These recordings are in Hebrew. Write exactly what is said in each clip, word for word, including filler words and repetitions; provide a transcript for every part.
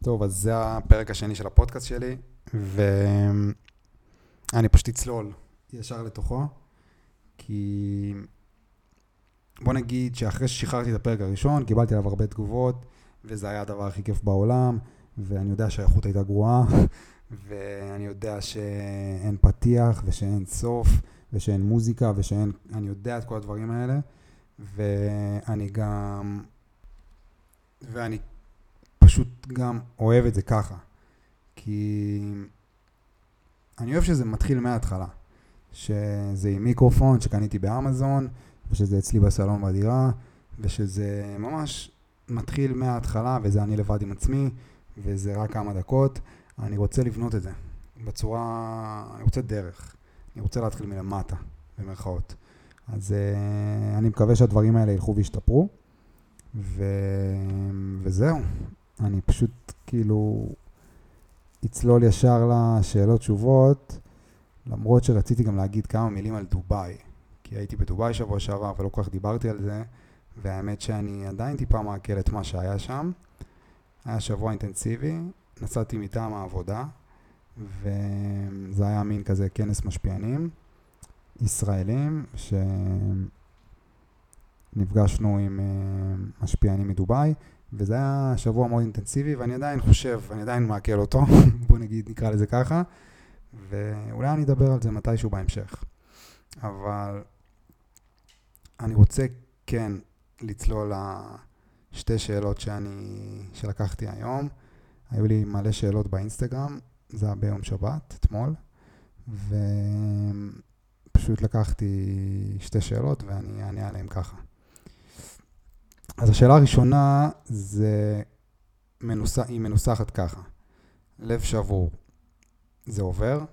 טוב, אז זה הפרק השני של הפודקאסט שלי, ואני פשוט אצלול ישר לתוכו, כי בוא נגיד שאחרי ששחררתי את הפרק הראשון, קיבלתי עליו הרבה תגובות, וזה היה הדבר הכי כיף בעולם, ואני יודע שהאיכות הייתה גרועה, ואני יודע שאין פתיח, ושאין סוף, ושאין מוזיקה, ושאין, אני יודע את כל הדברים האלה, ואני גם, ואני פשוט גם אוהב את זה ככה, כי אני אוהב שזה מתחיל מההתחלה, שזה עם מיקרופון שקניתי באמזון, ושזה אצלי בסלון בדירה, ושזה ממש מתחיל מההתחלה, וזה אני לבד עם עצמי, וזה רק כמה דקות. אני רוצה לבנות את זה בצורה, אני רוצה דרך, אני רוצה להתחיל מלמטה, במרכאות. אז uh, אני מקווה שהדברים האלה ילכו וישתפרו, ו... וזהו. אני פשוט כאילו אצלול ישר לשאלות תשובות, למרות שרציתי גם להגיד כמה מילים על דוביי, כי הייתי בדוביי שבוע שעבר ולא כל כך דיברתי על זה, והאמת שאני עדיין טיפה מעכל את מה שהיה שם. היה שבוע אינטנסיבי, נסעתי מטעם העבודה, וזה היה מין כזה כנס משפיענים ישראלים, שנפגשנו עם משפיענים מדוביי, וזה היה שבוע מאוד אינטנסיבי, ואני עדיין חושב, אני עדיין מעכל אותו, בוא נגיד, נקרא לזה ככה, ואולי אני אדבר על זה מתישהו בהמשך. אבל אני רוצה כן לצלול לשתי שאלות שאני, שלקחתי היום. היו לי מלא שאלות באינסטגרם, זה היה ביום שבת, אתמול, ופשוט לקחתי שתי שאלות ואני אענה עליהן ככה. אז השאלה הראשונה זה מנוסח, היא מנוסחת ככה. לב שבור, זה עובר?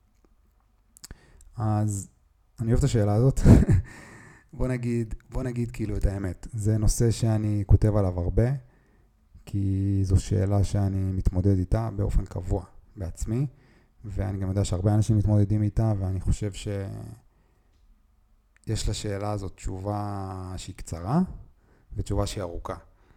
אז אני אוהב את השאלה הזאת. בוא נגיד, בוא נגיד כאילו את האמת. זה נושא שאני כותב עליו הרבה, כי זו שאלה שאני מתמודד איתה באופן קבוע בעצמי, ואני גם יודע שהרבה אנשים מתמודדים איתה, ואני חושב שיש לשאלה הזאת תשובה שהיא קצרה, ותשובה שהיא ארוכה.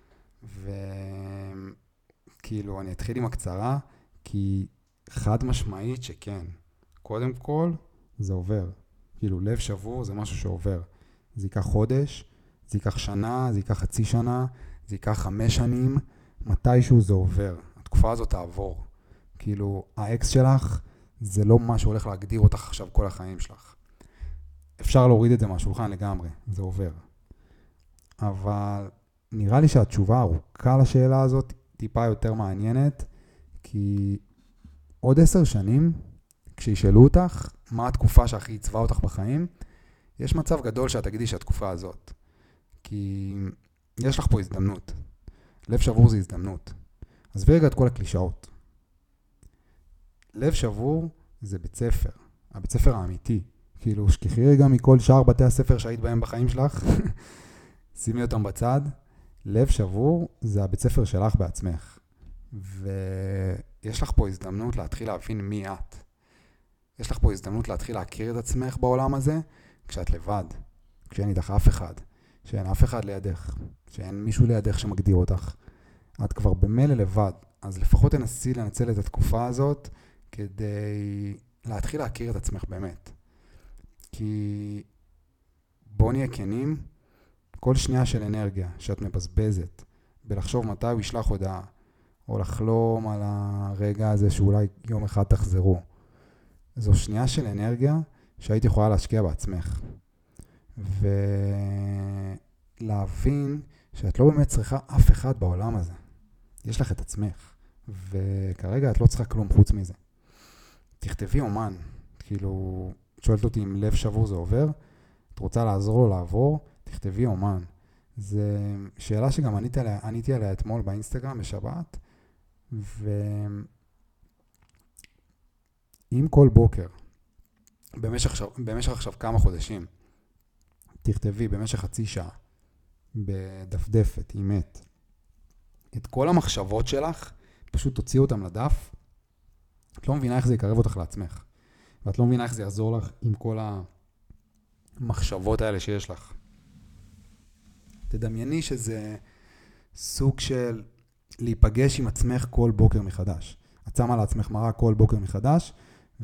וכאילו אני אתחיל עם הקצרה, כי חד משמעית שכן. קודם כל, זה עובר. כאילו לב שבור זה משהו שעובר. זה ייקח חודש, זה ייקח שנה, זה ייקח חצי שנה, זה ייקח חמש שנים, מתישהו זה עובר. התקופה הזאת תעבור. כאילו, האקס שלך זה לא מה שהולך להגדיר אותך עכשיו כל החיים שלך. אפשר להוריד את זה מהשולחן לגמרי, זה עובר. אבל נראה לי שהתשובה הארוכה לשאלה הזאת טיפה יותר מעניינת, כי עוד עשר שנים, כשישאלו אותך מה התקופה שהכי עיצבה אותך בחיים, יש מצב גדול שאת תגידי שהתקופה הזאת. כי יש לך פה הזדמנות. לב שבור זה הזדמנות. אז ורגע את כל הקלישאות. לב שבור זה בית ספר. הבית ספר האמיתי. כאילו, שכחי רגע מכל שאר בתי הספר שהיית בהם בחיים שלך. שימי אותם בצד. לב שבור זה הבית ספר שלך בעצמך. ויש לך פה הזדמנות להתחיל להבין מי את. יש לך פה הזדמנות להתחיל להכיר את עצמך בעולם הזה, כשאת לבד, כשאין איתך אף אחד, שאין אף אחד לידך, שאין מישהו לידך שמגדיר אותך. את כבר במילא לבד, אז לפחות תנסי לנצל את התקופה הזאת, כדי להתחיל להכיר את עצמך באמת. כי בוא נהיה כנים, כל שנייה של אנרגיה שאת מבזבזת, בלחשוב מתי הוא ישלח הודעה, או לחלום על הרגע הזה שאולי יום אחד תחזרו. זו שנייה של אנרגיה שהיית יכולה להשקיע בעצמך. ולהבין שאת לא באמת צריכה אף אחד בעולם הזה. יש לך את עצמך. וכרגע את לא צריכה כלום חוץ מזה. תכתבי אומן. כאילו, את שואלת אותי אם לב שבור זה עובר. את רוצה לעזור לו לעבור, תכתבי אומן. זו שאלה שגם עניתי עליה, עניתי עליה אתמול באינסטגרם בשבת. ואם כל בוקר, במשך, במשך עכשיו כמה חודשים, תכתבי במשך חצי שעה, בדפדפת, אימת, את כל המחשבות שלך, פשוט תוציאי אותם לדף, את לא מבינה איך זה יקרב אותך לעצמך, ואת לא מבינה איך זה יעזור לך עם כל המחשבות האלה שיש לך. תדמייני שזה סוג של להיפגש עם עצמך כל בוקר מחדש. את שמה לעצמך מראה כל בוקר מחדש,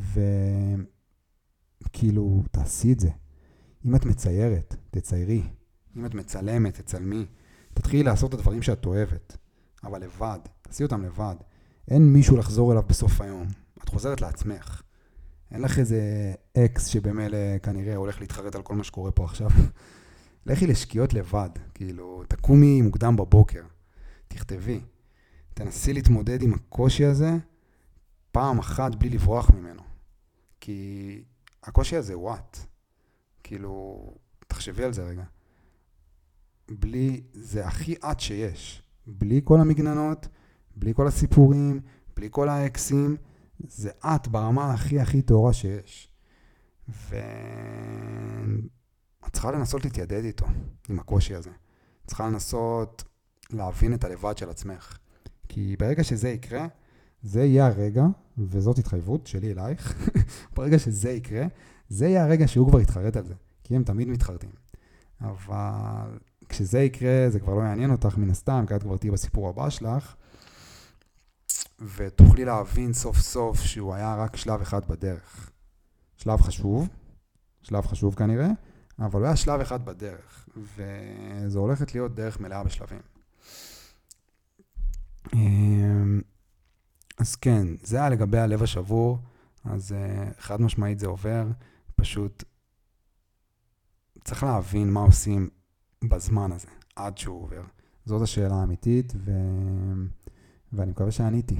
וכאילו, תעשי את זה. אם את מציירת, תציירי. אם את מצלמת, תצלמי. תתחילי לעשות את הדברים שאת אוהבת. אבל לבד, תעשי אותם לבד. אין מישהו לחזור אליו בסוף היום. את חוזרת לעצמך. אין לך איזה אקס שבמילא כנראה הולך להתחרט על כל מה שקורה פה עכשיו. לכי לשקיעות לבד. כאילו, תקומי מוקדם בבוקר. תכתבי. תנסי להתמודד עם הקושי הזה פעם אחת בלי לברוח ממנו. כי הקושי הזה הוא את. כאילו, תחשבי על זה רגע. בלי, זה הכי את שיש. בלי כל המגננות, בלי כל הסיפורים, בלי כל האקסים, זה את ברמה הכי הכי טהורה שיש. ואת צריכה לנסות להתיידד איתו, עם הקושי הזה. צריכה לנסות להבין את הלבד של עצמך. כי ברגע שזה יקרה, זה יהיה הרגע, וזאת התחייבות שלי אלייך, ברגע שזה יקרה, זה יהיה הרגע שהוא כבר יתחרט על זה. כי הם תמיד מתחרטים. אבל כשזה יקרה, זה כבר לא יעניין אותך מן הסתם, כי את כבר תהיי בסיפור הבא שלך, ותוכלי להבין סוף סוף שהוא היה רק שלב אחד בדרך. שלב חשוב, שלב חשוב כנראה, אבל הוא היה שלב אחד בדרך, וזו הולכת להיות דרך מלאה בשלבים. אז כן, זה היה לגבי הלב השבור, אז חד משמעית זה עובר, פשוט צריך להבין מה עושים בזמן הזה, עד שהוא עובר. זאת השאלה האמיתית, ו... ואני מקווה שעניתי.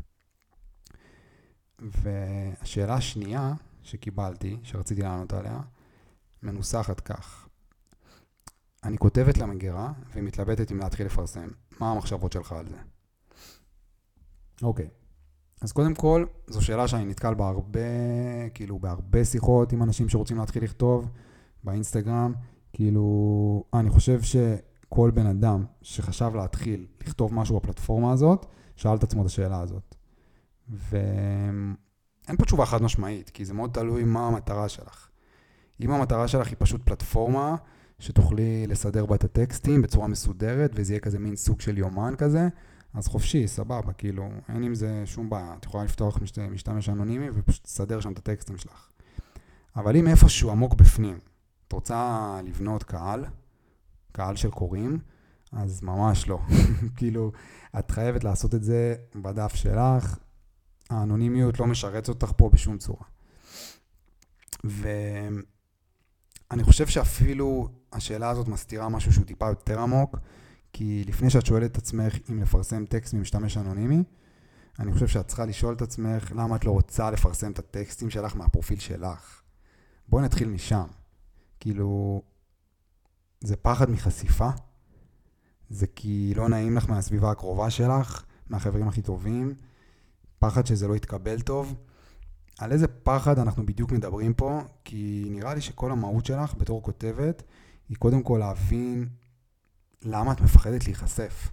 והשאלה השנייה שקיבלתי, שרציתי לענות עליה, מנוסחת כך. אני כותבת למגירה ומתלבטת אם להתחיל לפרסם. מה המחשבות שלך על זה? אוקיי. אז קודם כל, זו שאלה שאני נתקל בהרבה, כאילו בהרבה שיחות עם אנשים שרוצים להתחיל לכתוב באינסטגרם. כאילו, אני חושב שכל בן אדם שחשב להתחיל לכתוב משהו בפלטפורמה הזאת, שאל את עצמו את השאלה הזאת. ואין פה תשובה חד משמעית, כי זה מאוד תלוי מה המטרה שלך. אם המטרה שלך היא פשוט פלטפורמה, שתוכלי לסדר בה את הטקסטים בצורה מסודרת, וזה יהיה כזה מין סוג של יומן כזה, אז חופשי, סבבה, כאילו, אין עם זה שום בעיה. את יכולה לפתוח משתמש אנונימי ופשוט לסדר שם את הטקסטים שלך. אבל אם איפשהו עמוק בפנים, את רוצה לבנות קהל, קהל של קוראים, אז ממש לא. כאילו, את חייבת לעשות את זה בדף שלך, האנונימיות לא משרץ אותך פה בשום צורה. ואני חושב שאפילו השאלה הזאת מסתירה משהו שהוא טיפה יותר עמוק, כי לפני שאת שואלת את עצמך אם לפרסם טקסט ממשתמש אנונימי, אני חושב שאת צריכה לשאול את עצמך למה את לא רוצה לפרסם את הטקסטים שלך מהפרופיל שלך. בואי נתחיל משם. כאילו, זה פחד מחשיפה, זה כי לא נעים לך מהסביבה הקרובה שלך, מהחברים הכי טובים, פחד שזה לא יתקבל טוב. על איזה פחד אנחנו בדיוק מדברים פה? כי נראה לי שכל המהות שלך בתור כותבת, היא קודם כל להבין למה את מפחדת להיחשף.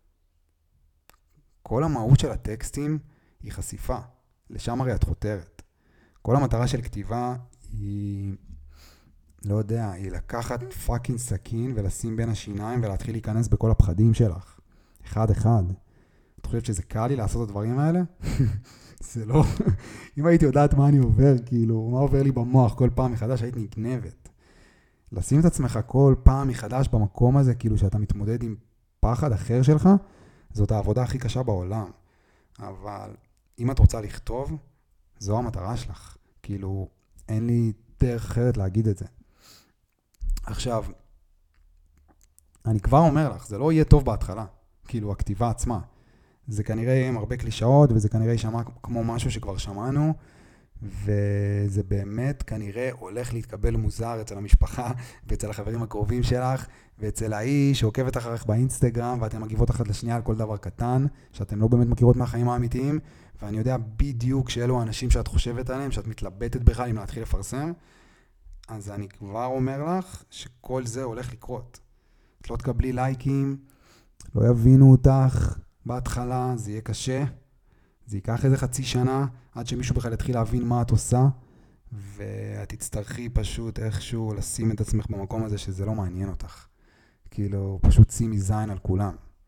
כל המהות של הטקסטים היא חשיפה, לשם הרי את חותרת. כל המטרה של כתיבה היא, לא יודע, היא לקחת פאקינג סכין ולשים בין השיניים ולהתחיל להיכנס בכל הפחדים שלך. אחד אחד. את חושבת שזה קל לי לעשות את הדברים האלה? זה לא. אם הייתי יודעת מה אני עובר, כאילו, מה עובר לי במוח כל פעם מחדש, היית נגנבת. לשים את עצמך כל פעם מחדש במקום הזה, כאילו שאתה מתמודד עם פחד אחר שלך, זאת העבודה הכי קשה בעולם. אבל אם את רוצה לכתוב, זו המטרה שלך. כאילו, אין לי דרך אחרת להגיד את זה. עכשיו, אני כבר אומר לך, זה לא יהיה טוב בהתחלה. כאילו, הכתיבה עצמה. זה כנראה יהיה עם הרבה קלישאות, וזה כנראה יישמע כמו משהו שכבר שמענו, וזה באמת כנראה הולך להתקבל מוזר אצל המשפחה, ואצל החברים הקרובים שלך, ואצל האיש שעוקבת אחריך באינסטגרם, ואתם מגיבות אחת לשנייה על כל דבר קטן, שאתם לא באמת מכירות מהחיים האמיתיים, ואני יודע בדיוק שאלו האנשים שאת חושבת עליהם, שאת מתלבטת בכלל אם להתחיל לפרסם, אז אני כבר אומר לך שכל זה הולך לקרות. את לא תקבלי לייקים, לא יבינו אותך בהתחלה, זה יהיה קשה, זה ייקח איזה חצי שנה, עד שמישהו בכלל יתחיל להבין מה את עושה, ואת תצטרכי פשוט איכשהו לשים את עצמך במקום הזה שזה לא מעניין אותך. כאילו, פשוט שימי זין על כולם.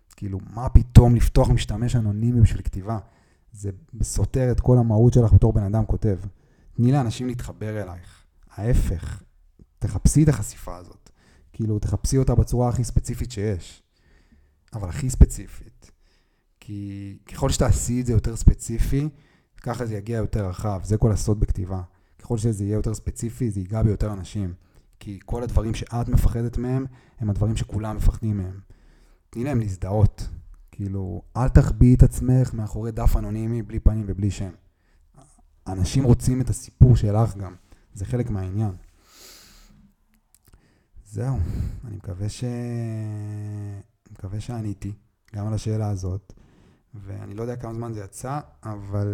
כאילו, מה פתאום לפתוח משתמש אנונימי בשביל כתיבה? זה סותר את כל המהות שלך בתור בן אדם כותב. תני לאנשים להתחבר אלייך. ההפך, תחפשי את החשיפה הזאת. כאילו, תחפשי אותה בצורה הכי ספציפית שיש. אבל הכי ספציפית. כי ככל שתעשי את זה יותר ספציפי, ככה זה יגיע יותר רחב. זה כל הסוד בכתיבה. ככל שזה יהיה יותר ספציפי, זה ייגע ביותר אנשים. כי כל הדברים שאת מפחדת מהם, הם הדברים שכולם מפחדים מהם. תני להם להזדהות. כאילו, אל תחביא את עצמך מאחורי דף אנונימי, בלי פנים ובלי שם. אנשים רוצים את הסיפור שלך גם. זה חלק מהעניין. זהו. אני מקווה ש... אני מקווה שעניתי גם על השאלה הזאת. ואני לא יודע כמה זמן זה יצא, אבל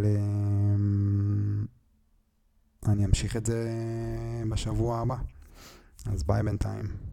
אני אמשיך את זה בשבוע הבא. אז ביי בינתיים.